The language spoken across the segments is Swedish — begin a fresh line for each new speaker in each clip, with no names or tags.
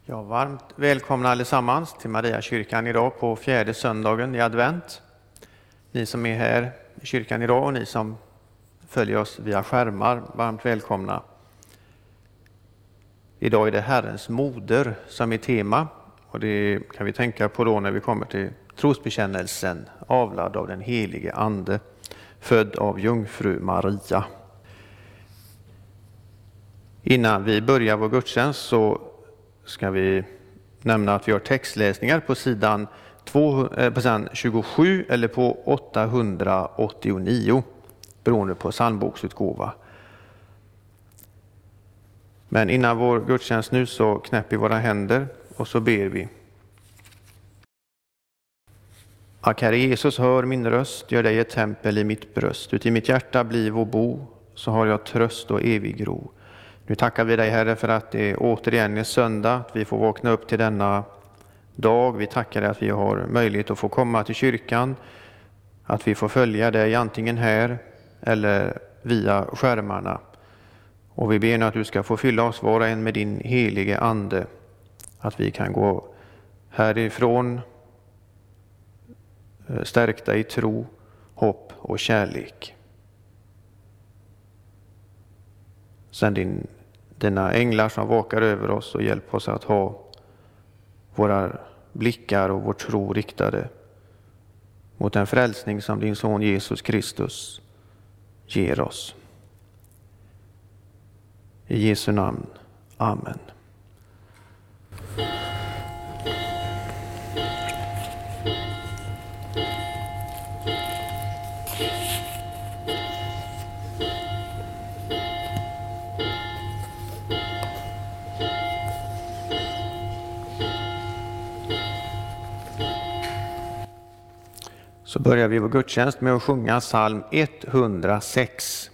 Ja, varmt välkomna allesammans till Mariakyrkan idag på fjärde söndagen i advent. Ni som är här i kyrkan idag och ni som följer oss via skärmar, varmt välkomna. Idag är det Herrens moder som är tema och det kan vi tänka på då när vi kommer till trosbekännelsen, avlad av den helige ande, född av jungfru Maria. Innan vi börjar vår gudstjänst så ska vi nämna att vi har textläsningar på sidan 27 eller på 889 beroende på psalmboksutgåva. Men innan vår gudstjänst nu så knäpper vi våra händer och så ber vi. Ack Herre Jesus, hör min röst, gör dig ett tempel i mitt bröst. Ut i mitt hjärta bliv och bo, så har jag tröst och evig ro. Nu tackar vi dig Herre för att det återigen är söndag, att vi får vakna upp till denna dag. Vi tackar dig att vi har möjlighet att få komma till kyrkan, att vi får följa dig antingen här eller via skärmarna. Och vi ber nu att du ska få fylla oss var och en med din helige ande, att vi kan gå härifrån stärkta i tro, hopp och kärlek. Sänd dina änglar som vakar över oss och hjälp oss att ha våra blickar och vår tro riktade mot den frälsning som din son Jesus Kristus ger oss. I Jesu namn. Amen. Så börjar vi vår gudstjänst med att sjunga psalm 106.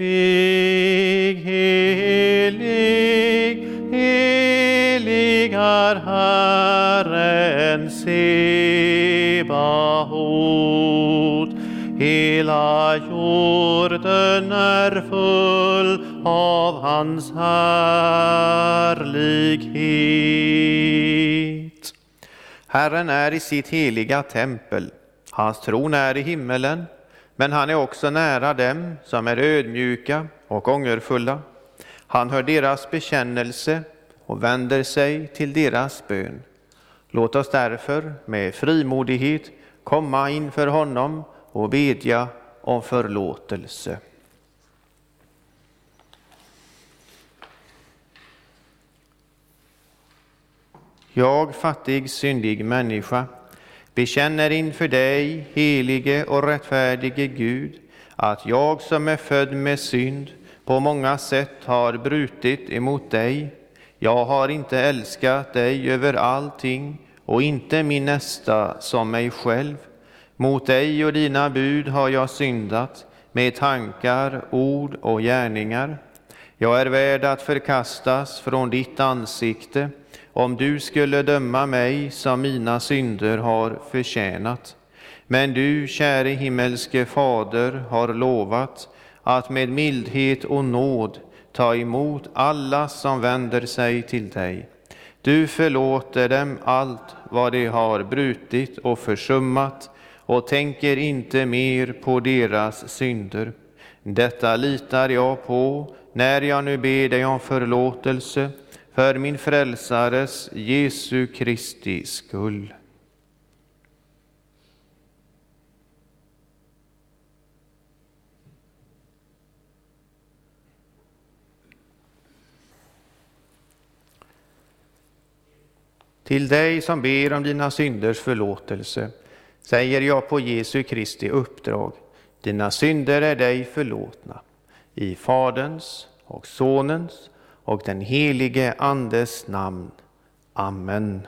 Helig, helig, helig jorden är full av hans härlighet. Herren är i sitt heliga tempel. Hans tron är i himmelen, men han är också nära dem som är ödmjuka och ångerfulla. Han hör deras bekännelse och vänder sig till deras bön. Låt oss därför med frimodighet komma inför honom och bedja om förlåtelse. Jag, fattig, syndig människa, bekänner inför dig, helige och rättfärdige Gud, att jag som är född med synd på många sätt har brutit emot dig. Jag har inte älskat dig över allting och inte min nästa som mig själv. Mot dig och dina bud har jag syndat med tankar, ord och gärningar. Jag är värd att förkastas från ditt ansikte om du skulle döma mig som mina synder har förtjänat. Men du, käre himmelske Fader, har lovat att med mildhet och nåd ta emot alla som vänder sig till dig. Du förlåter dem allt vad de har brutit och försummat och tänker inte mer på deras synder. Detta litar jag på när jag nu ber dig om förlåtelse för min frälsares Jesu Kristi skull. Till dig som ber om dina synders förlåtelse säger jag på Jesu Kristi uppdrag: dina synder är dig förlåtna. I Faderns och Sonens och den helige Andes namn. Amen.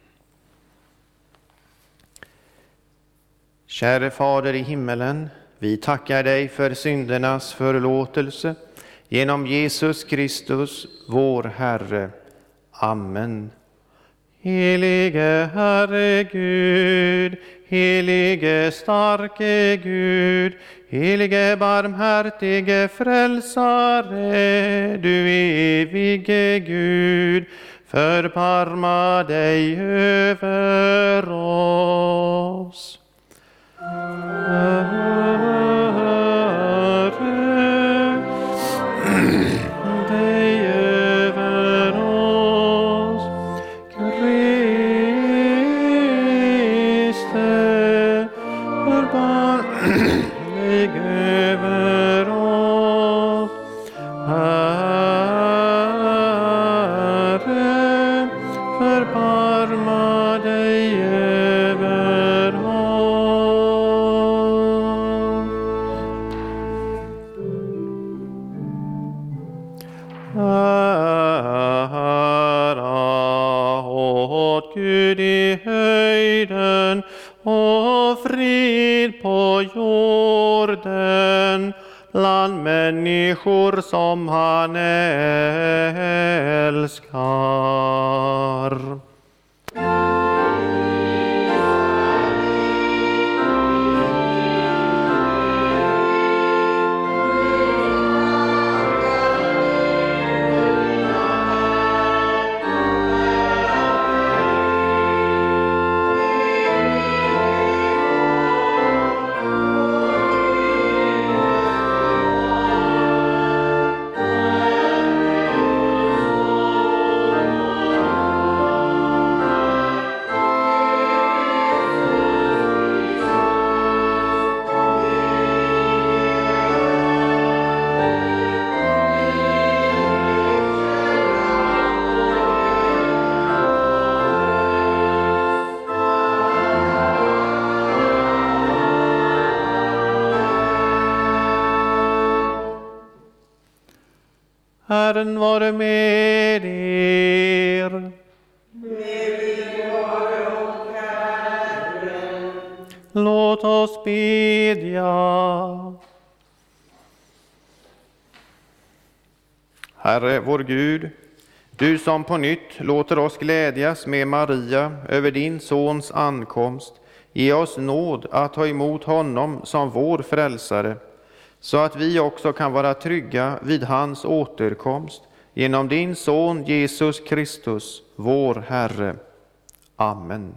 Käre Fader i himmelen, vi tackar dig för syndernas förlåtelse genom Jesus Kristus, vår Herre. Amen. Helige Herre Gud, helige starke Gud, helige barmhärtige frälsare, du evige Gud, förbarma dig över oss.
Gud i höjden och frid på jorden bland människor som han älskar. Herren vare med er. Låt oss bedja. Herre vår Gud, du som på nytt låter oss glädjas med Maria över din sons ankomst, ge oss nåd att ta emot honom som vår frälsare.
så att vi också kan vara trygga vid hans återkomst genom din Son Jesus Kristus, vår Herre. Amen.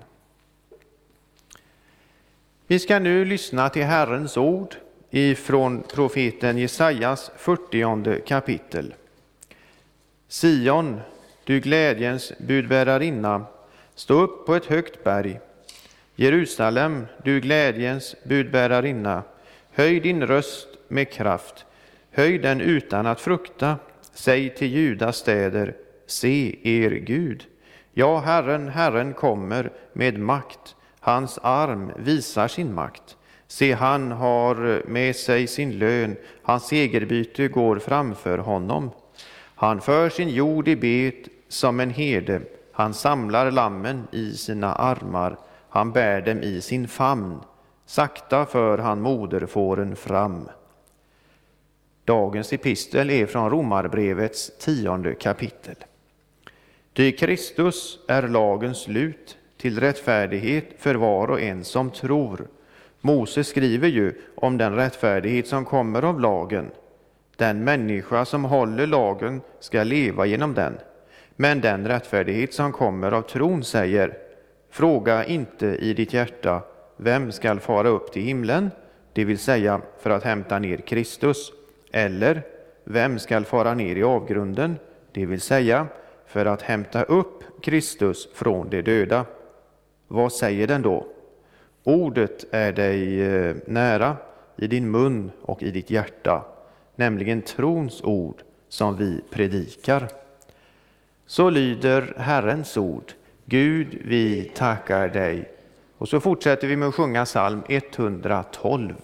Vi ska nu lyssna till Herrens ord ifrån profeten Jesajas 40:e kapitel. Sion, du glädjens budbärarinna, stå upp på ett högt berg. Jerusalem, du glädjens budbärarinna, höj din röst med kraft, höj den utan att frukta. Säg till Judas städer, se er Gud. Ja, Herren, Herren kommer med makt, hans arm visar sin makt. Se, han har med sig sin lön, hans segerbyte går framför honom. Han för sin jord i bet som en herde, han samlar lammen i sina armar, han bär dem i sin famn, sakta för han moderfåren fram. Dagens epistel är från Romarbrevets 10:e kapitel. Ty Kristus är lagens slut till rättfärdighet för var och en som tror. Mose skriver ju om den rättfärdighet som kommer av lagen. Den människa som håller lagen ska leva genom den. Men den rättfärdighet som kommer av tron säger, fråga inte i ditt hjärta, vem skall fara upp till himlen, det vill säga för att hämta ner Kristus, eller vem skall fara ner i avgrunden, det vill säga för att hämta upp Kristus från de döda. Vad säger den då? Ordet är dig nära, i din mun och i ditt hjärta, nämligen trons ord som vi predikar. Så lyder Herrens ord. Gud, vi tackar dig. Och så fortsätter vi med att sjunga psalm 112.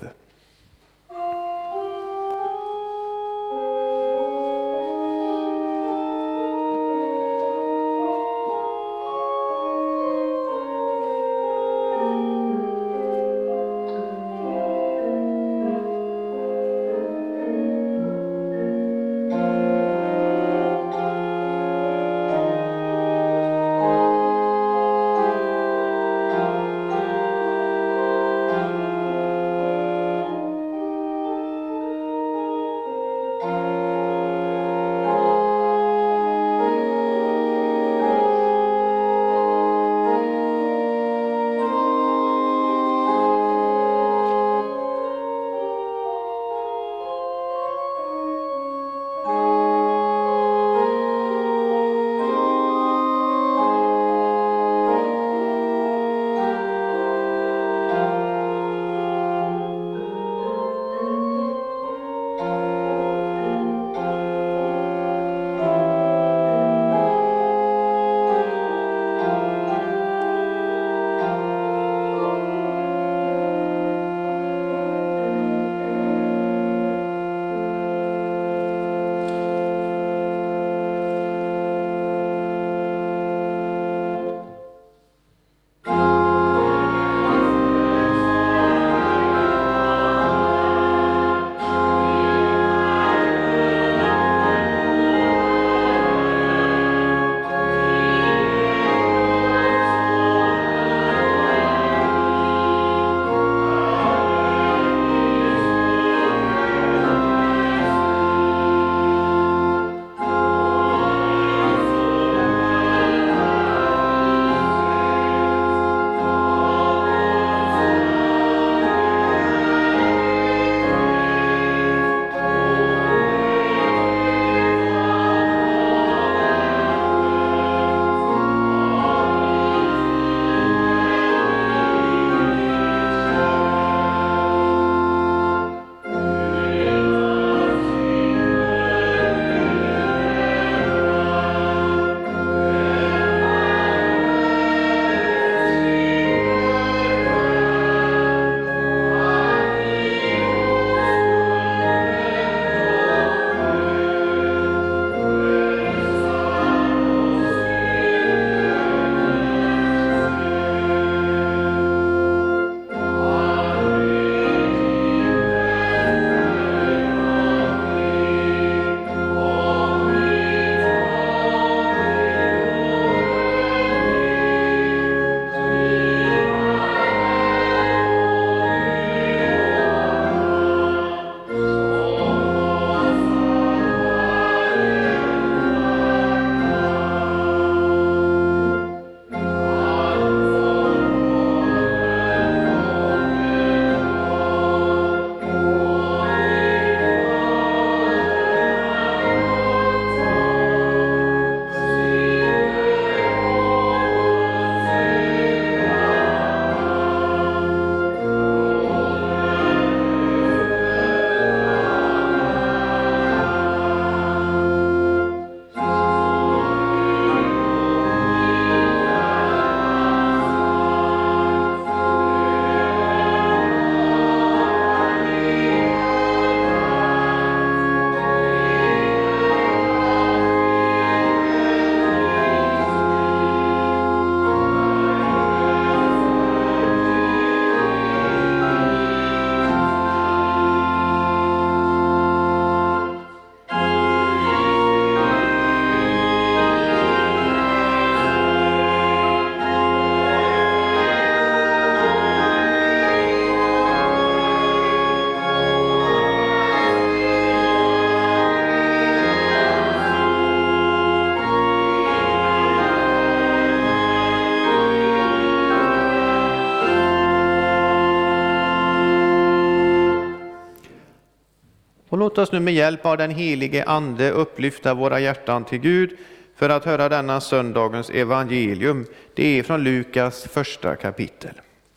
låt oss nu med hjälp av den helige Ande upplyfta våra hjärtan till Gud för att höra denna söndagens evangelium. Det är från Lukas första kapitel.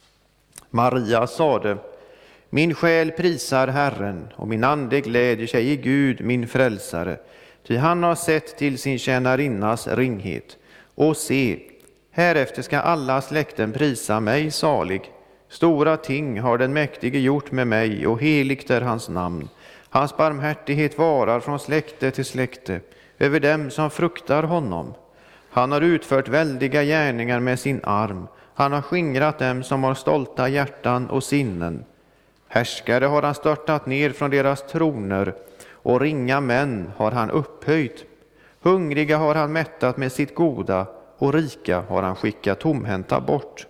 Maria sade: Min själ prisar Herren, och min ande glädjer sig i Gud, min frälsare. Ty han har sett till sin tjänarinnas ringhet. Och se, härefter ska alla släkten prisa mig salig. Stora ting har den mäktige gjort med mig, och heligt är hans namn. Hans barmhärtighet varar från släkte till släkte över dem som fruktar honom. Han har utfört väldiga gärningar med sin arm. Han har skingrat dem som har stolta hjärtan och sinnen. Härskare har han störtat ner från deras troner, och ringa män har han upphöjt. Hungriga har han mättat med sitt goda, och rika har han skickat tomhänta bort.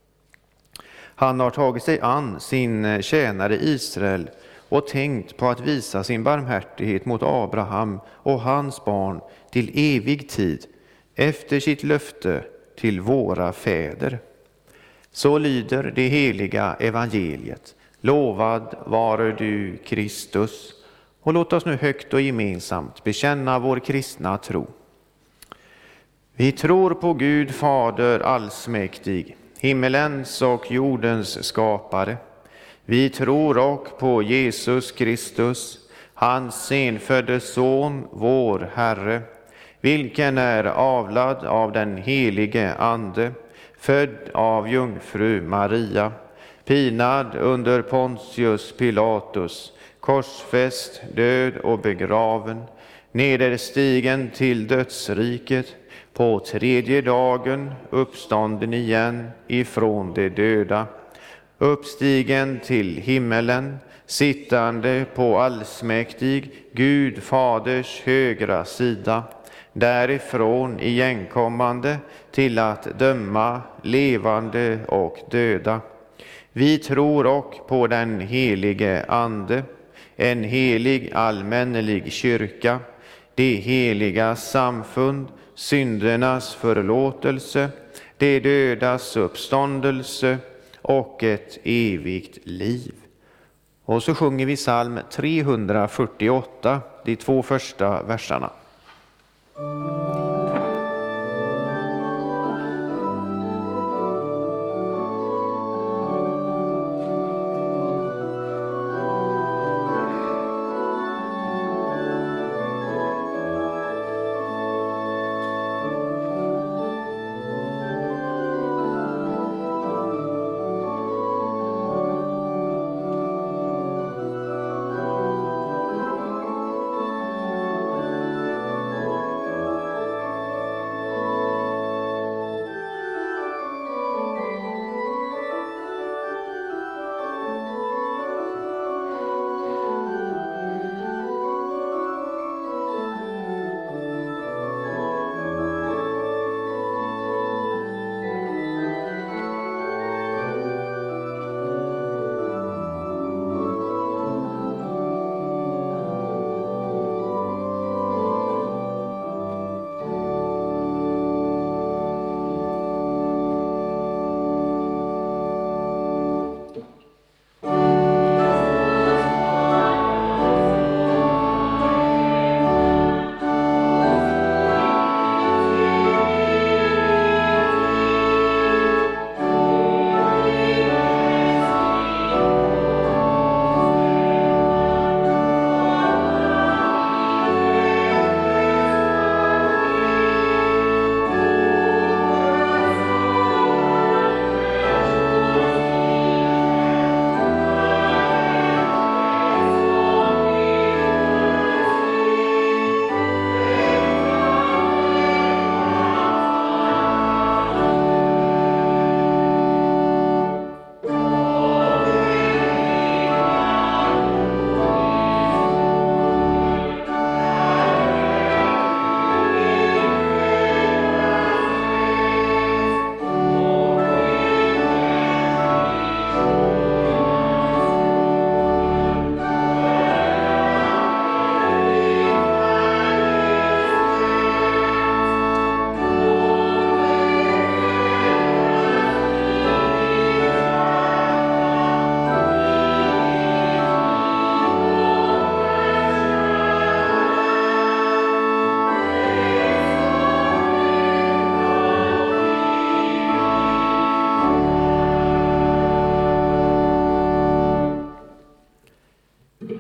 Han har tagit sig an sin tjänare Israel och tänkt på att visa sin barmhärtighet mot Abraham och hans barn till evig tid, efter sitt löfte till våra fäder. Så lyder det heliga evangeliet. Lovad vare du, Kristus. Och låt oss nu högt och gemensamt bekänna vår kristna tro. Vi tror på Gud Fader allsmäktig, himmelens och jordens skapare. Vi tror och på Jesus Kristus, hans enfödde son, vår Herre, vilken är avlad av den helige Ande, född av jungfru Maria, pinad under Pontius Pilatus, korsfäst, död och begraven, nederstigen till dödsriket, på tredje dagen uppstånden igen ifrån de döda, uppstigen till himmelen, sittande på allsmäktig Gud Faders högra sida, därifrån igenkommande till att döma levande och döda. Vi tror och på den helige Ande, en helig allmännelig kyrka, det heliga samfund, syndernas förlåtelse, det dödas uppståndelse och ett evigt liv. Och så sjunger vi psalm 348, de 2 första verserna.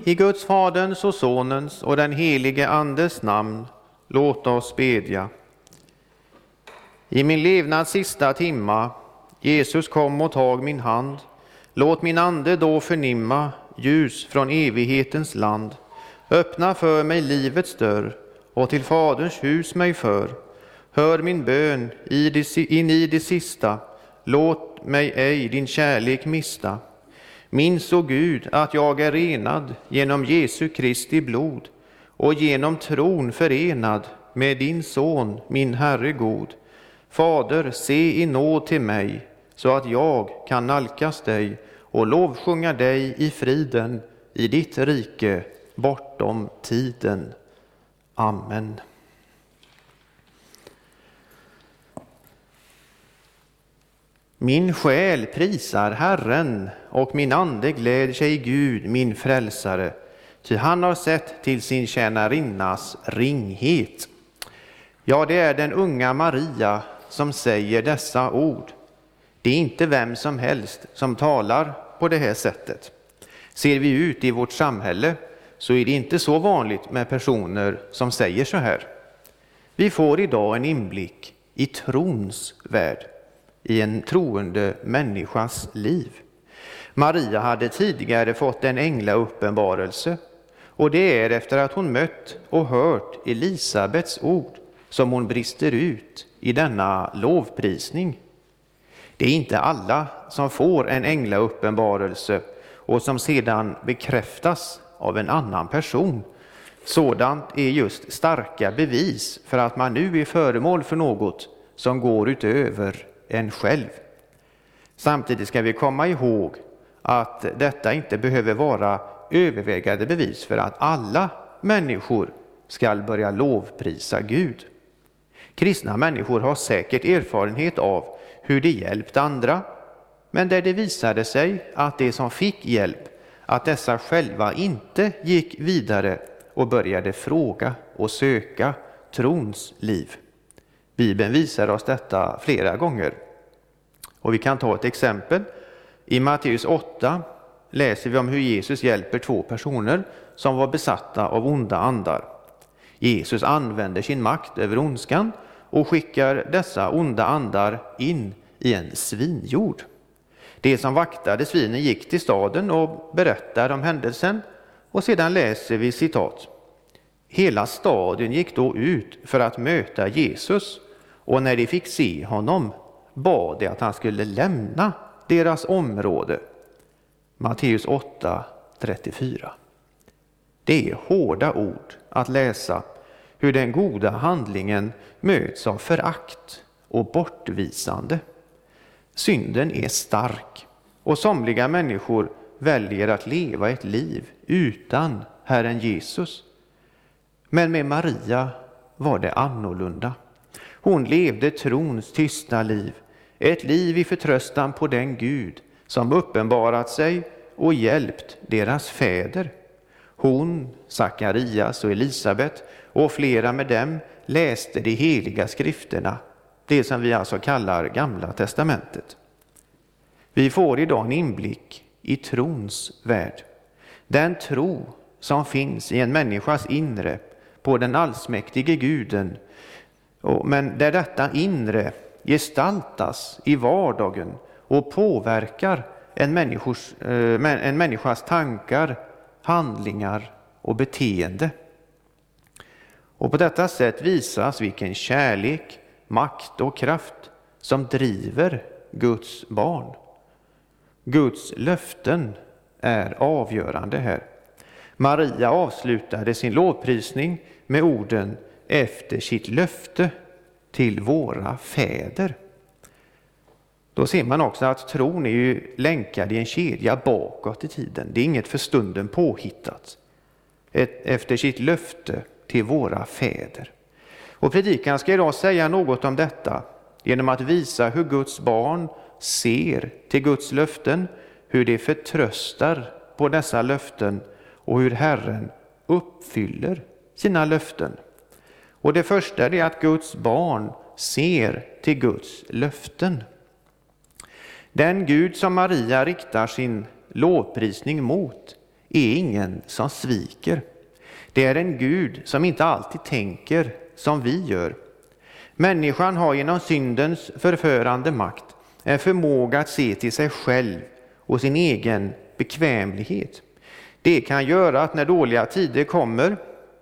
I Guds Faderns och Sonens och den helige Andes namn, låt oss bedja. I min levnads sista timma, Jesus kom och tag min hand. Låt min ande då förnimma ljus från evighetens land. Öppna för mig livets dörr och till Faderns hus mig för. Hör min bön in i det sista. Låt mig ej din kärlek mista. Minns, o Gud, att jag är renad genom Jesu Kristi blod och genom tron förenad med din son, min Herre god. Fader, se i nåd till mig så att jag kan nalkas dig och lovsjunga dig i friden i ditt rike bortom tiden. Amen. Min själ prisar Herren och min ande gläder sig i Gud, min frälsare, ty han har sett till sin tjänarinnas ringhet. Ja, det är den unga Maria som säger dessa ord. Det är inte vem som helst som talar på det här sättet. Ser vi ut i vårt samhälle så är det inte så vanligt med personer som säger så här. Vi får idag en inblick i trons värld, i en troende människas liv. Maria hade tidigare fått en änglauppenbarelse, och det är efter att hon mött och hört Elisabets ord som hon brister ut i denna lovprisning. Det är inte alla som får en änglauppenbarelse och som sedan bekräftas av en annan person. Sådant är just starka bevis för att man nu är föremål för något som går utöver en själv. Samtidigt ska vi komma ihåg att detta inte behöver vara övervägande bevis för att alla människor ska börja lovprisa Gud. Kristna människor har säkert erfarenhet av hur de hjälpt andra, men där det visade sig att de som fick hjälp, att dessa själva inte gick vidare och började fråga och söka trons liv. Bibeln visar oss detta flera gånger. Och vi kan ta ett exempel. I Matteus 8 läser vi om hur Jesus hjälper 2 personer som var besatta av onda andar. Jesus använder sin makt över ondskan och skickar dessa onda andar in i en svinjord. De som vaktade svinen gick till staden och berättade om händelsen, och sedan läser vi citat. Hela staden gick då ut för att möta Jesus, och när de fick se honom bad de att han skulle lämna deras område. Matteus 8:34. Det är hårda ord att läsa hur den goda handlingen möts av förakt och bortvisande. Synden är stark, och somliga människor väljer att leva ett liv utan Herren Jesus. Men med Maria var det annorlunda. Hon levde trons tysta liv, ett liv i förtröstan på den Gud som uppenbarat sig och hjälpt deras fäder. Hon, Sakarias och Elisabet och flera med dem läste de heliga skrifterna, det som vi alltså kallar Gamla testamentet. Vi får idag en inblick i trons värld. Den tro som finns i en människas inre på den allsmäktige Guden, men där detta inre gestaltas i vardagen och påverkar en människas tankar, handlingar och beteende. Och på detta sätt visas vilken kärlek, makt och kraft som driver Guds barn. Guds löften är avgörande här. Maria avslutade sin lovprisning med orden efter sitt löfte till våra fäder. Då ser man också att tron är ju länkad i en kedja bakåt i tiden. Det är inget för stunden påhittat. Efter sitt löfte till våra fäder. Och predikan ska idag säga något om detta genom att visa hur Guds barn ser till Guds löften, hur de förtröstar på dessa löften och hur Herren uppfyller sina löften. Och det första är att Guds barn ser till Guds löften. Den Gud som Maria riktar sin lovprisning mot är ingen som sviker. Det är en Gud som inte alltid tänker som vi gör. Människan har genom syndens förförande makt en förmåga att se till sig själv och sin egen bekvämlighet. Det kan göra att när dåliga tider kommer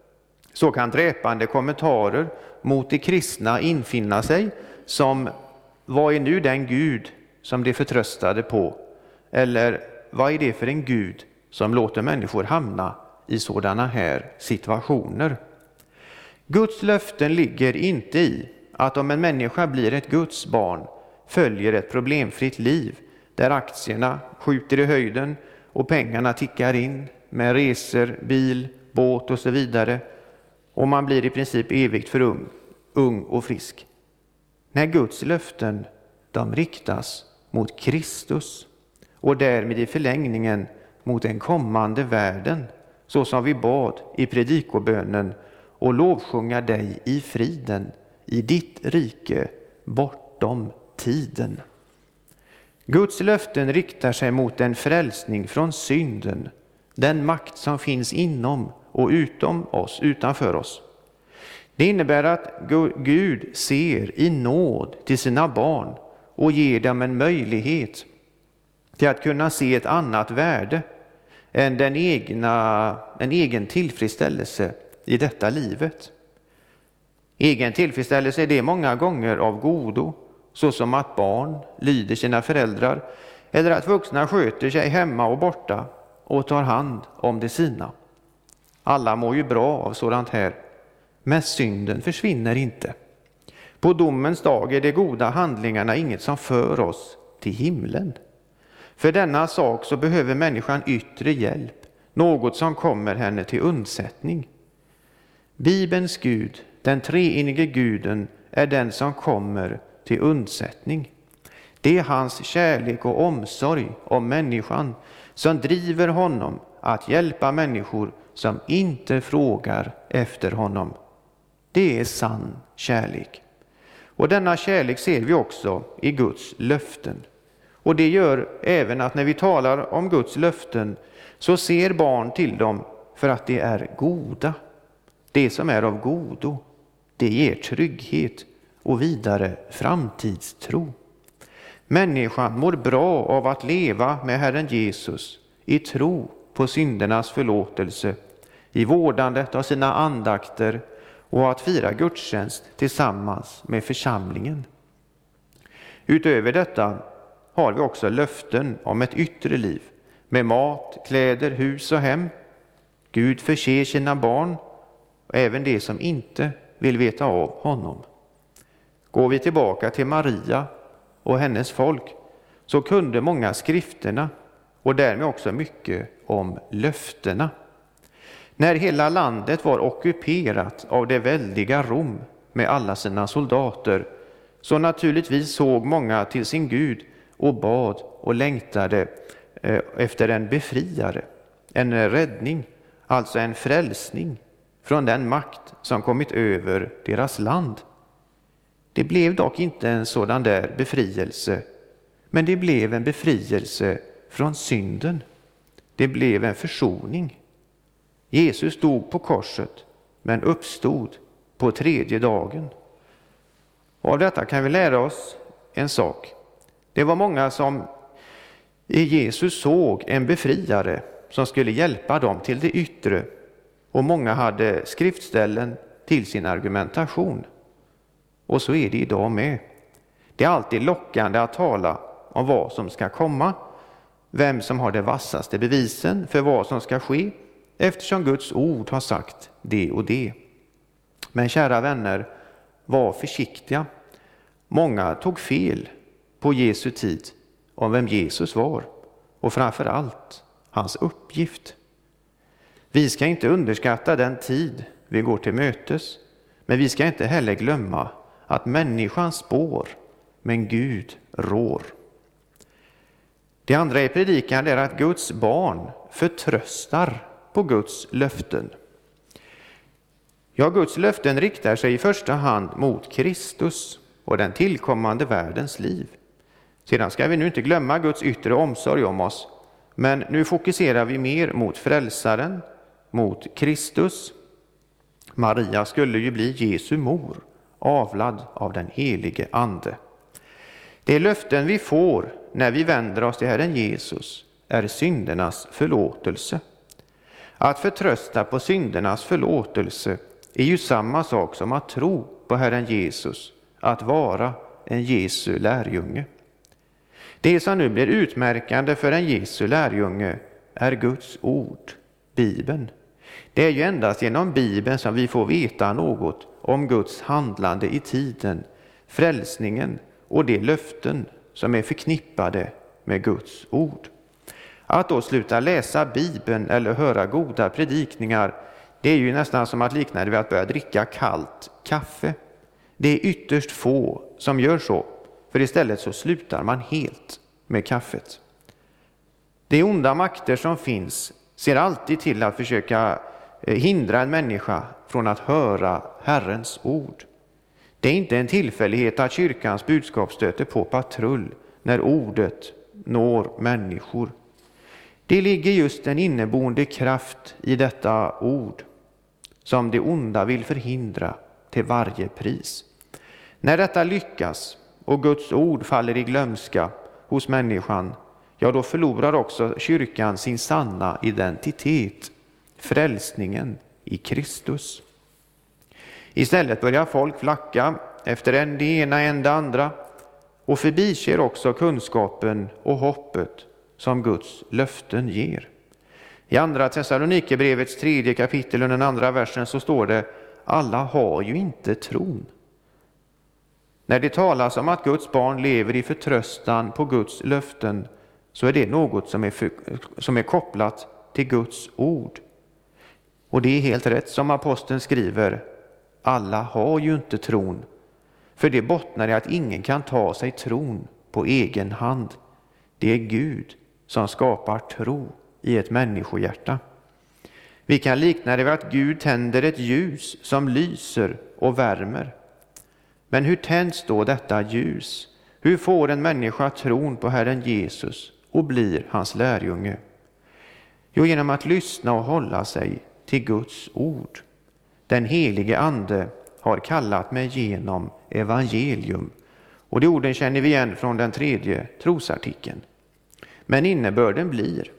så kan dräpande kommentarer mot de kristna infinna sig som: vad är nu den Gud som de förtröstade på? Eller vad är det för en Gud som låter människor hamna i sådana här situationer? Guds löften ligger inte i att om en människa blir ett Guds barn följer ett problemfritt liv där aktierna skjuter i höjden och pengarna tickar in med resor, bil, båt och så vidare, och man blir i princip evigt för ung och frisk. När Guds löften, de riktas mot Kristus och därmed i förlängningen mot den kommande världen, så som vi bad i predikobönen: och lovsjunga dig i friden, i ditt rike, bortom tiden. Guds löften riktar sig mot en frälsning från synden, den makt som finns inom och utom oss, utanför oss. Det innebär att Gud ser i nåd till sina barn och ger dem en möjlighet till att kunna se ett annat värde än en egen tillfredsställelse i detta livet. Egen tillfredsställelse är det många gånger av godo, såsom att barn lyder sina föräldrar eller att vuxna sköter sig hemma och borta och tar hand om det sina. Alla mår ju bra av sådant här, men synden försvinner inte. På domens dag är de goda handlingarna inget som för oss till himlen. För denna sak så behöver människan yttre hjälp, något som kommer henne till undsättning. Bibelns Gud, den treenige Guden, är den som kommer till undsättning. Det är hans kärlek och omsorg om människan som driver honom att hjälpa människor som inte frågar efter honom. Det är sann kärlek. Och denna kärlek ser vi också i Guds löften. Och det gör även att när vi talar om Guds löften så ser barn till dem för att de är goda. Det som är av godo, det ger trygghet och vidare framtidstro. Människan mår bra av att leva med Herren Jesus i tro på syndernas förlåtelse, i vårdandet av sina andakter och att fira gudstjänst tillsammans med församlingen. Utöver detta har vi också löften om ett yttre liv med mat, kläder, hus och hem. Gud förser sina barn och även de som inte vill veta av honom. Går vi tillbaka till Maria och hennes folk så kunde många skrifterna och därmed också mycket om löftena. När hela landet var ockuperat av det väldiga Rom med alla sina soldater så naturligtvis såg många till sin Gud och bad och längtade efter en befriare, en räddning, alltså en frälsning från den makt som kommit över deras land. Det blev dock inte en sådan där befrielse, men det blev en befrielse från synden. Det blev en försoning. Jesus dog på korset, men uppstod på tredje dagen. Och av detta kan vi lära oss en sak. Det var många som i Jesus såg en befriare som skulle hjälpa dem till det yttre, och många hade skriftställen till sin argumentation. Och så är det idag med. Det är alltid lockande att tala om vad som ska komma, vem som har det vassaste bevisen för vad som ska ske, eftersom Guds ord har sagt det och det. Men kära vänner, var försiktiga. Många tog fel på Jesu tid om vem Jesus var och framför allt hans uppgift. Vi ska inte underskatta den tid vi går till mötes, men vi ska inte heller glömma att människan spår, men Gud rår. Det andra i predikan är att Guds barn förtröstar på Guds löften. Ja, Guds löften riktar sig i första hand mot Kristus och den tillkommande världens liv. Sedan ska vi nu inte glömma Guds yttre omsorg om oss, Men nu fokuserar vi mer mot frälsaren, mot Kristus. Maria skulle ju bli Jesu mor, avlad av den helige ande. Det löften vi får när vi vänder oss till Herren Jesus är syndernas förlåtelse. Att förtrösta på syndernas förlåtelse är ju samma sak som att tro på Herren Jesus, att vara en Jesu lärjunge. Det som nu blir utmärkande för en Jesu lärjunge är Guds ord, Bibeln. Det är ju endast genom Bibeln som vi får veta något om Guds handlande i tiden, frälsningen och de löften som är förknippade med Guds ord. Att då sluta läsa Bibeln eller höra goda predikningar, det är ju nästan som att likna det vid att börja dricka kallt kaffe. Det är ytterst få som gör så, för istället så slutar man helt med kaffet. De onda makter som finns ser alltid till att försöka hindra en människa från att höra Herrens ord. Det är inte en tillfällighet att kyrkans budskap stöter på patrull när ordet når människor. Det ligger just en inneboende kraft i detta ord som det onda vill förhindra till varje pris. När detta lyckas och Guds ord faller i glömska hos människan, ja, då förlorar också kyrkan sin sanna identitet, frälsningen i Kristus. Istället börjar folk flacka efter en det ena än det andra och förbiser också kunskapen och hoppet som Guds löften ger. I andra Thessalonikerbrevets 3 kapitel och den andra versen så står det: alla har ju inte tron. När det talas om att Guds barn lever i förtröstan på Guds löften, så är det något som är kopplat till Guds ord. Och det är helt rätt som aposteln skriver: alla har ju inte tron. För det bottnar i att ingen kan ta sig tron på egen hand. Det är Gud som skapar tro i ett människohjärta. Vi kan likna det vid att Gud tänder ett ljus som lyser och värmer. Men hur tänds då detta ljus? Hur får en människa tron på Herren Jesus och blir hans lärjunge? Jo, genom att lyssna och hålla sig till Guds ord. Den helige ande har kallat mig genom evangelium. Och de orden känner vi igen från den 3:e trosartikeln. Men innebörden blir: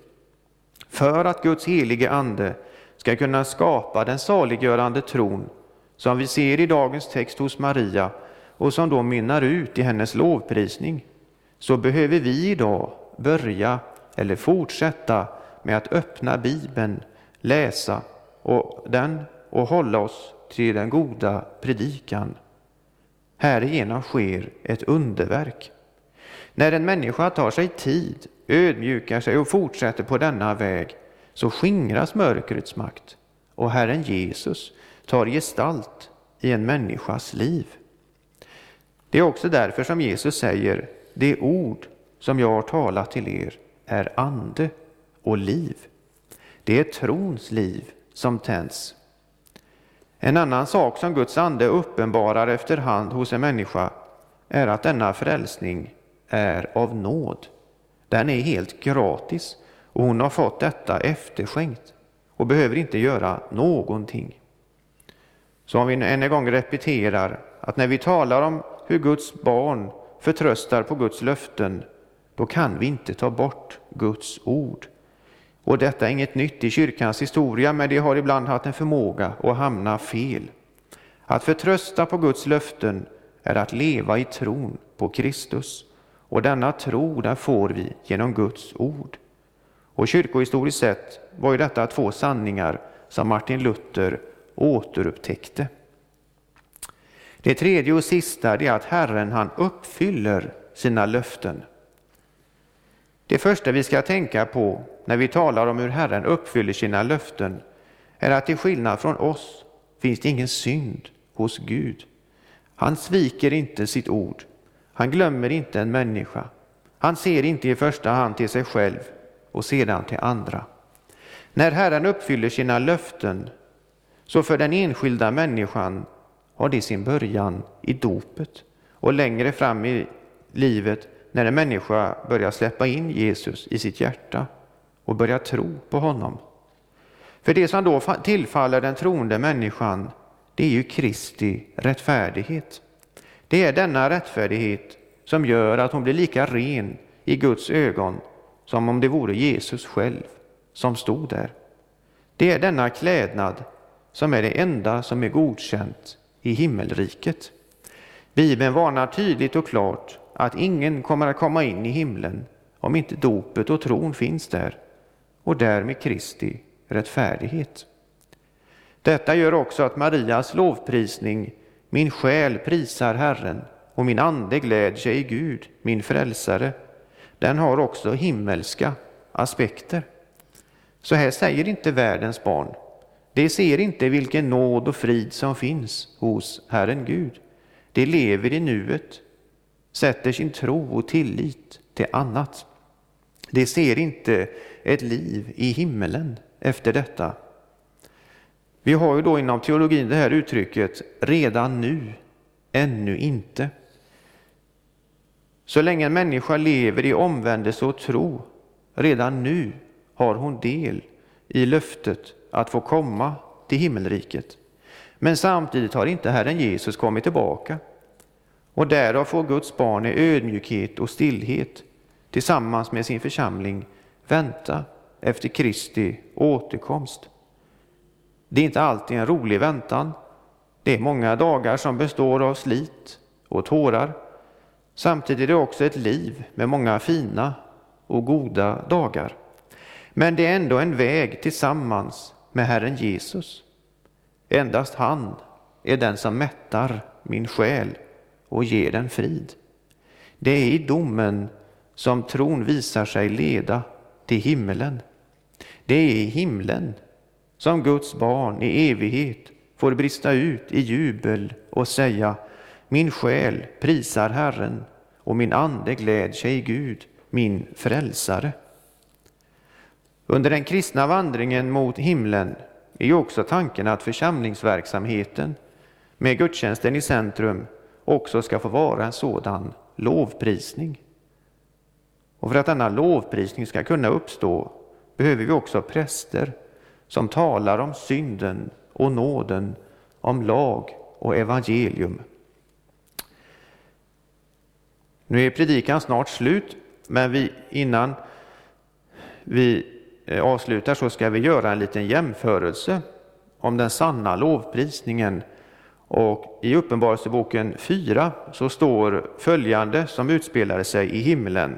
för att Guds helige ande ska kunna skapa den saliggörande tron som vi ser i dagens text hos Maria och som då mynnar ut i hennes lovprisning, så behöver vi idag börja eller fortsätta med att öppna Bibeln, läsa den och hålla oss till den goda predikan. Härigenom sker ett underverk. När en människa tar sig tid, ödmjukar sig och fortsätter på denna väg, så skingras mörkrets makt och Herren Jesus tar gestalt i en människas liv. Det är också därför som Jesus säger: det ord som jag har talat till er är ande och liv. Det är trons liv som tänds. En annan sak som Guds ande uppenbarar efterhand hos en människa är att denna frälsning är av nåd. Den är helt gratis och hon har fått detta efterskänkt och behöver inte göra någonting. Så om vi än en gång repeterar att när vi talar om hur Guds barn förtröstar på Guds löften, då kan vi inte ta bort Guds ord. Och detta är inget nytt i kyrkans historia, men det har ibland haft en förmåga att hamna fel. Att förtrösta på Guds löften är att leva i tron på Kristus. Och denna tro, där får vi genom Guds ord. Och kyrkohistoriskt sett var ju detta 2 sanningar som Martin Luther återupptäckte. Det tredje och sista är att Herren, han uppfyller sina löften. Det första vi ska tänka på när vi talar om hur Herren uppfyller sina löften är att till skillnad från oss finns det ingen synd hos Gud. Han sviker inte sitt ord. Han glömmer inte en människa. Han ser inte i första hand till sig själv och sedan till andra. När Herren uppfyller sina löften, så för den enskilda människan har det sin början i dopet. Och längre fram i livet, när en människa börjar släppa in Jesus i sitt hjärta och börjar tro på honom. För det som då tillfaller den troende människan, det är ju Kristi rättfärdighet. Det är denna rättfärdighet som gör att hon blir lika ren i Guds ögon som om det vore Jesus själv som stod där. Det är denna klädnad som är det enda som är godkänt i himmelriket. Bibeln varnar tydligt och klart att ingen kommer att komma in i himlen om inte dopet och tron finns där, och därmed Kristi rättfärdighet. Detta gör också att Marias lovprisning, min själ prisar Herren och min ande glädjer sig i Gud, min frälsare, den har också himmelska aspekter. Så här säger inte världens barn. De ser inte vilken nåd och frid som finns hos Herren Gud. De lever i nuet, sätter sin tro och tillit till annat. De ser inte ett liv i himmelen efter detta. Vi har ju då inom teologin det här uttrycket redan nu, ännu inte. Så länge en människa lever i omvändelse och tro, redan nu har hon del i löftet att få komma till himmelriket. Men samtidigt har inte Herren Jesus kommit tillbaka. Och därav får Guds barn i ödmjukhet och stillhet tillsammans med sin församling vänta efter Kristi återkomst. Det är inte alltid en rolig väntan. Det är många dagar som består av slit och tårar. Samtidigt är det också ett liv med många fina och goda dagar. Men det är ändå en väg tillsammans med Herren Jesus. Endast han är den som mättar min själ och ger den frid. Det är i domen som tron visar sig leda till himmelen. Det är i himlen som Guds barn i evighet får brista ut i jubel och säga: min själ prisar Herren och min ande glädjer sig i Gud, min frälsare. Under den kristna vandringen mot himlen är ju också tanken att församlingsverksamheten med gudstjänsten i centrum också ska få vara en sådan lovprisning. Och för att denna lovprisning ska kunna uppstå behöver vi också präster som talar om synden och nåden, om lag och evangelium. Nu är predikan snart slut, men innan vi avslutar så ska vi göra en liten jämförelse om den sanna lovprisningen. Och i Uppenbarelseboken 4 så står följande som utspelade sig i himlen.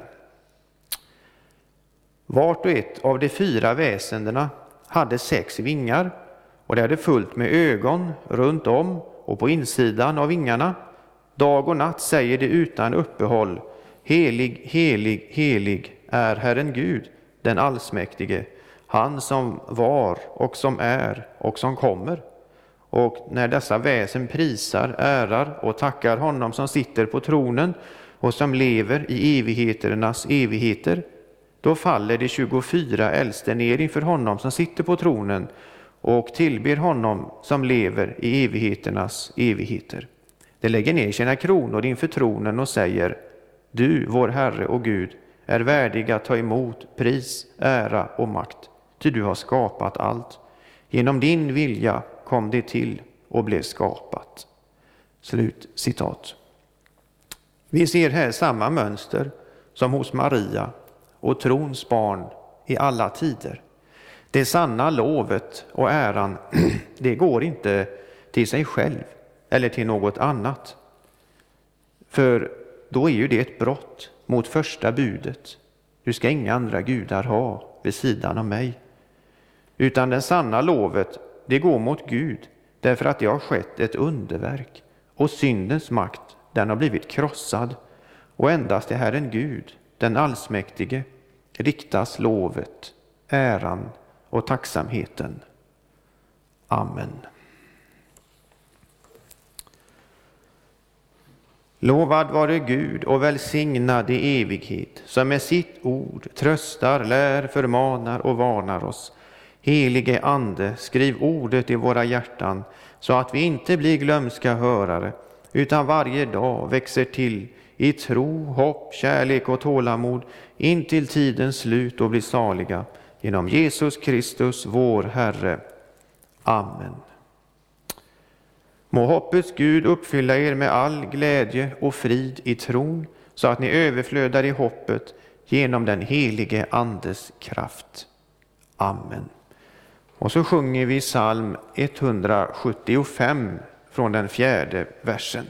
Vart och ett av de 4 väsendena hade 6 vingar, och det hade fullt med ögon runt om och på insidan av vingarna. Dag och natt säger det utan uppehåll: helig, helig, helig är Herren Gud, den allsmäktige, han som var och som är och som kommer. Och när dessa väsen prisar, ärar och tackar honom som sitter på tronen och som lever i evigheternas evigheter, då faller de 24 äldste ner inför honom som sitter på tronen och tillber honom som lever i evigheternas evigheter. De lägger ner sina kronor inför tronen och säger: du, vår Herre och Gud, är värdig att ta emot pris, ära och makt, ty du har skapat allt. Genom din vilja kom det till och blev skapat. Slut citat. Vi ser här samma mönster som hos Maria och trons barn i alla tider. Det sanna lovet och äran, det går inte till sig själv eller till något annat. För då är ju det ett brott mot första budet. Du ska inga andra gudar ha vid sidan av mig. Utan den sanna lovet, det går mot Gud därför att det har skett ett underverk. Och syndens makt, den har blivit krossad. Och endast till Herren Gud, den allsmäktige, riktas lovet, äran och tacksamheten. Amen. Lovad vare Gud och välsignad i evighet, som med sitt ord tröstar, lär, förmanar och varnar oss. Helige Ande, skriv ordet i våra hjärtan, så att vi inte blir glömska hörare, utan varje dag växer till i tro, hopp, kärlek och tålamod, in till tidens slut och blir saliga. genom Jesus Kristus, vår Herre. Amen. Må hoppets Gud uppfylla er med all glädje och frid i tron, så att ni överflödar i hoppet genom den helige Andes kraft. Amen. Och så sjunger vi psalm 175 från den 4:e versen.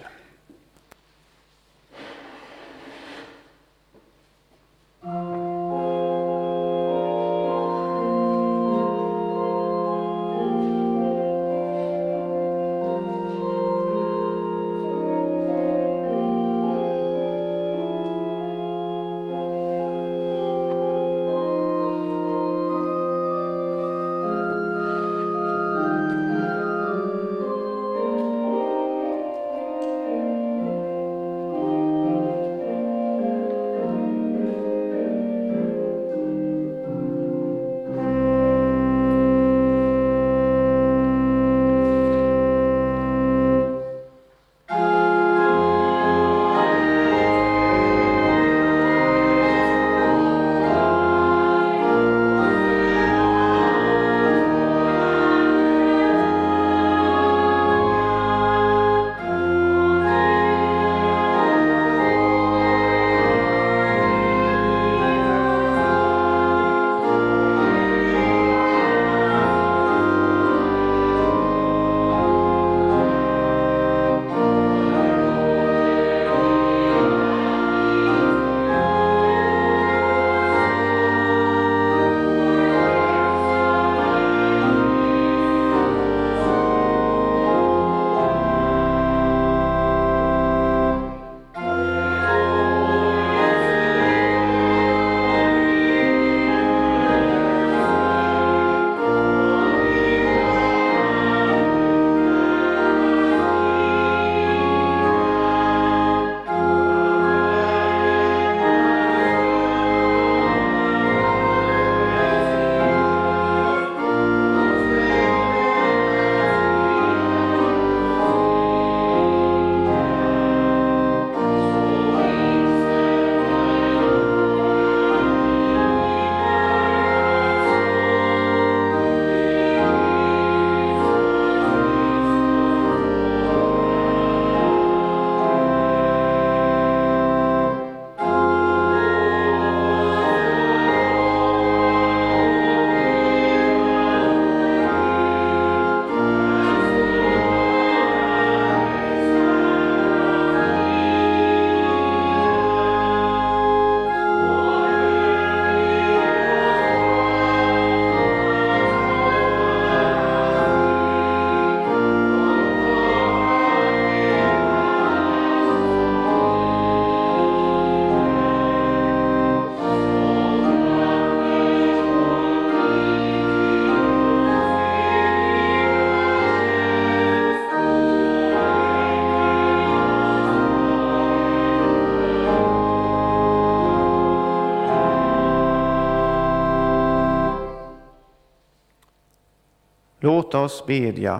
Låt oss bedja.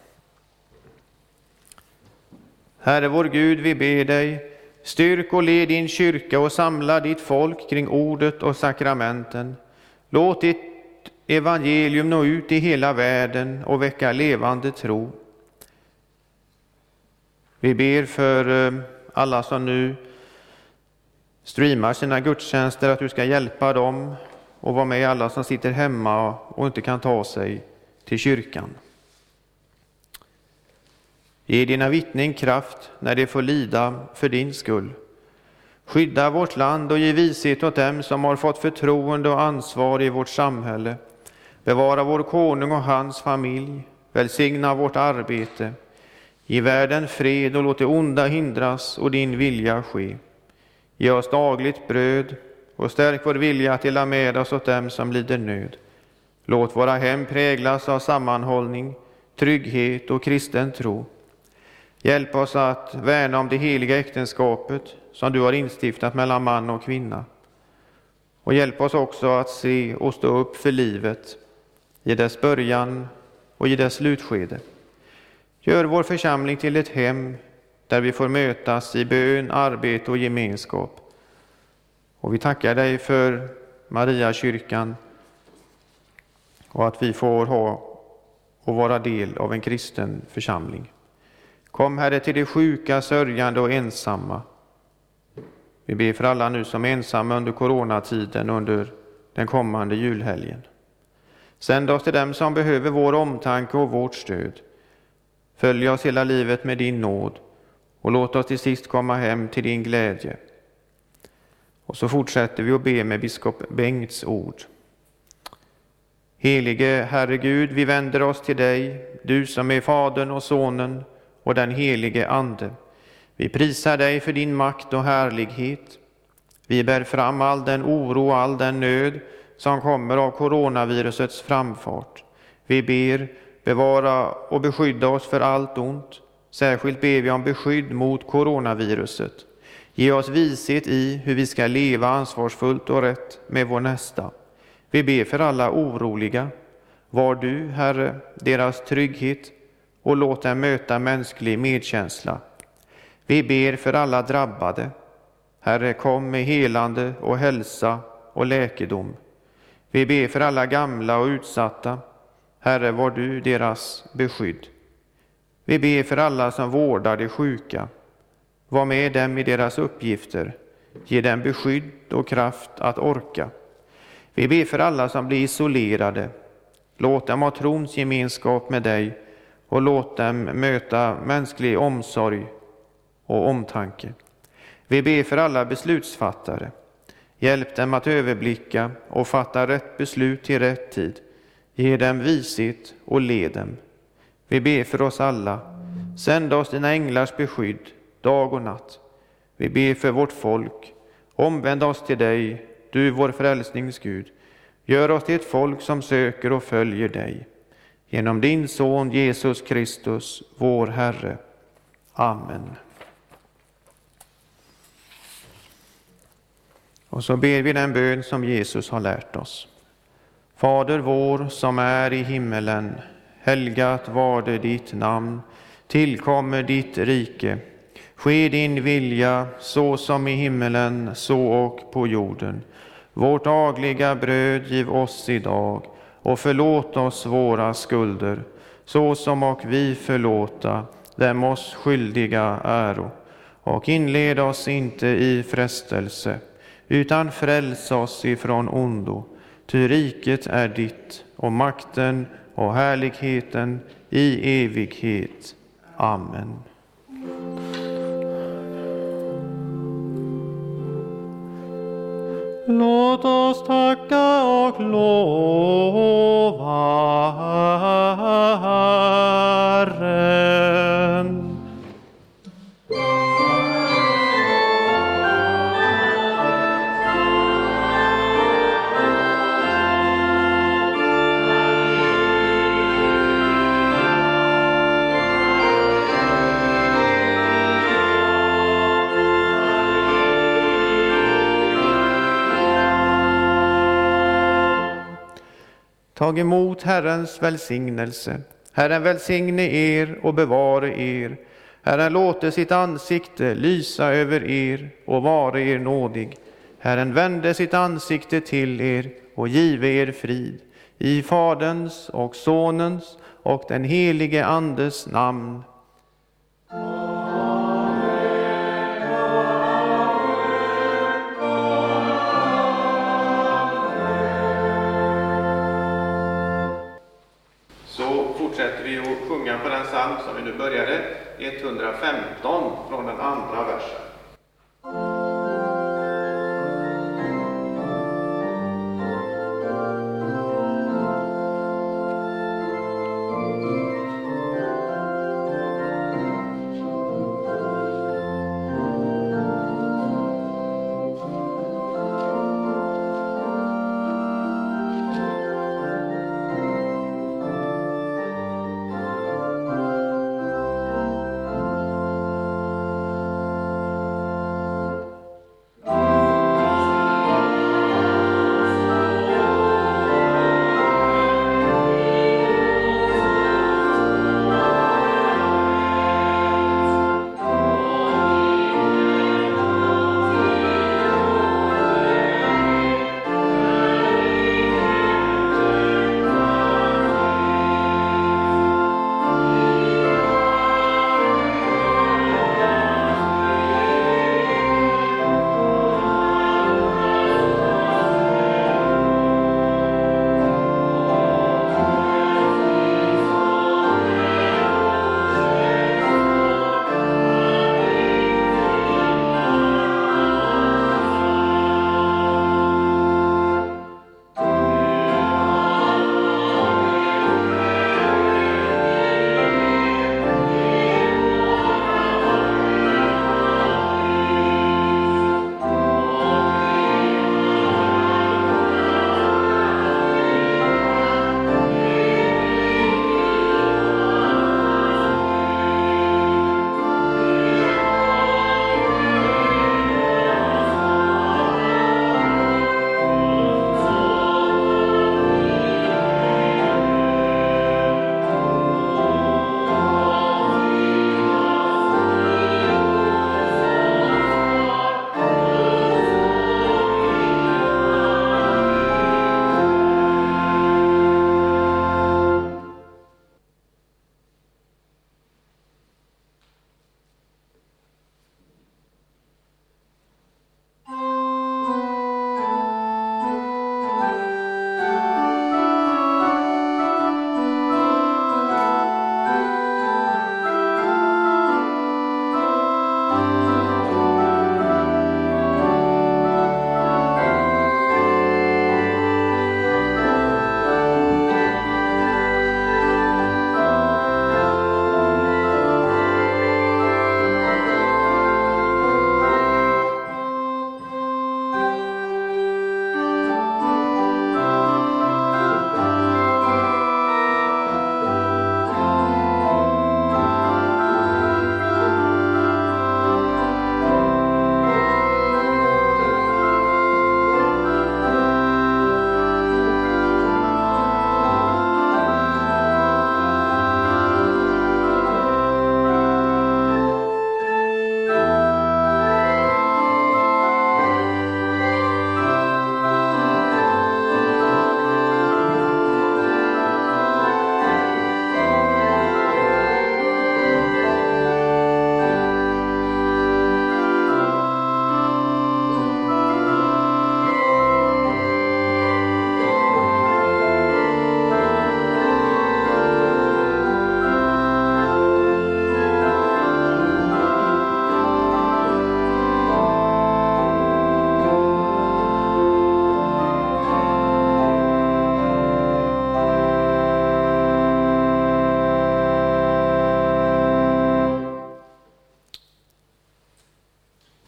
Herre vår Gud, vi ber dig, styrk och led din kyrka och samla ditt folk kring ordet och sakramenten. Låt ditt evangelium nå ut i hela världen och väcka levande tro. Vi ber för alla som nu streamar sina gudstjänster att du ska hjälpa dem och vara med alla som sitter hemma och inte kan ta sig till kyrkan. Ge dina vittnen kraft när de får lida för din skull. Skydda vårt land och ge vishet åt dem som har fått förtroende och ansvar i vårt samhälle. Bevara vår konung och hans familj. Välsigna vårt arbete. Ge världen fred och låt det onda hindras och din vilja ske. Ge oss dagligt bröd och stärk vår vilja att dela med oss åt dem som lider nöd. Låt våra hem präglas av sammanhållning, trygghet och kristen tro. Hjälp oss att värna om det heliga äktenskapet som du har instiftat mellan man och kvinna. Och hjälp oss också att se och stå upp för livet i dess början och i dess slutskede. Gör vår församling till ett hem där vi får mötas i bön, arbete och gemenskap. Och vi tackar dig för Maria kyrkan
och att vi får ha och vara del av en kristen församling. Kom, Herre, till de sjuka, sörjande och ensamma. Vi ber för alla nu som är ensamma under coronatiden under den kommande julhelgen. Sänd oss till dem som behöver vår omtanke och vårt stöd. Följ oss hela livet med din nåd och låt oss till sist komma hem till din glädje. Och så fortsätter vi att be med biskop Bengts ord. Helige Herre Gud, vi vänder oss till dig, du som är Fadern och Sonen och den helige Ande. Vi prisar dig för din makt och härlighet. Vi bär fram all den oro och all den nöd som kommer av coronavirusets framfart. Vi ber, bevara och beskydda oss för allt ont. Särskilt ber vi om beskydd mot coronaviruset. Ge oss vishet i hur vi ska leva ansvarsfullt och rätt med vår nästa. Vi ber för alla oroliga. Var du, Herre, deras trygghet och låt dem möta mänsklig medkänsla. Vi ber för alla drabbade. Herre, kom med helande och hälsa och läkedom. Vi ber för alla gamla och utsatta. Herre, var du deras beskydd. Vi ber för alla som vårdar de sjuka. Var med dem i deras uppgifter. Ge dem beskydd och kraft att orka. Vi ber för alla som blir isolerade. Låt dem ha trons gemenskap med dig och låt dem möta mänsklig omsorg och omtanke. Vi ber för alla beslutsfattare. Hjälp dem att överblicka och fatta rätt beslut till rätt tid. Ge dem vishet och led dem. Vi ber för oss alla. Sänd oss dina änglars beskydd dag och natt. Vi ber för vårt folk. Omvänd oss till dig, du vår frälsningsgud. Gör oss till ett folk som söker och följer dig. Genom din son Jesus Kristus, vår Herre. Amen. Och så ber vi den bön som Jesus har lärt oss. Fader vår som är i himmelen, helgat varde ditt namn, tillkommer ditt rike. Ske din vilja så som i himmelen, så och på jorden. Vårt dagliga bröd giv oss idag och förlåt oss våra skulder, så som och vi förlåta dem oss skyldiga äro. Och inled oss inte i frestelse, utan fräls oss ifrån ondo. Ty riket är ditt och makten och härligheten i evighet. Amen.
Låt oss tacka och lova Herren.
Tag emot Herrens välsignelse. Herren välsigne er och bevare er. Herren låter sitt ansikte lysa över er och vare er nådig. Herren vände sitt ansikte till er och give er frid. I Faderns och Sonens och den helige Andes namn. Fortsätter vi att sjunga på den psalm som vi nu började, 115 från den andra versen.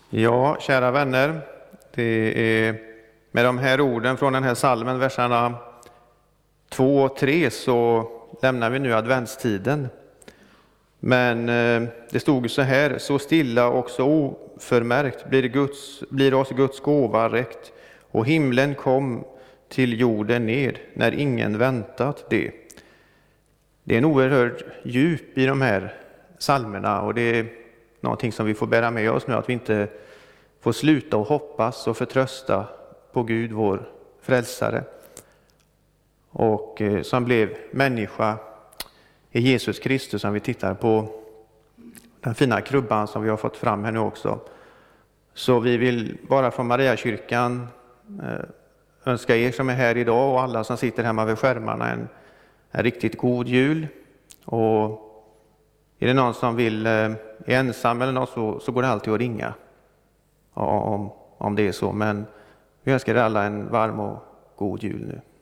Ja, kära vänner, det är med de här orden från den här salmen, verserna 2 och 3, så lämnar vi nu adventstiden. Men det stod så här: så stilla och så oförmärkt blir oss Guds gåva räckt, och himlen kom till jorden ned när ingen väntat det. Det är en oerhörd djup i de här salmerna, och det är någonting som vi får bära med oss nu, att vi inte får sluta att hoppas och förtrösta på Gud, vår frälsare, och som blev människa i Jesus Kristus, som vi tittar på den fina krubban som vi har fått fram här nu också. Så vi vill bara från Mariakyrkan önska er som är här idag och alla som sitter hemma vid skärmarna en riktigt god jul. Och är det någon som är ensam eller något, så går det alltid att ringa om det är så. Men vi önskar er alla en varm och god jul nu.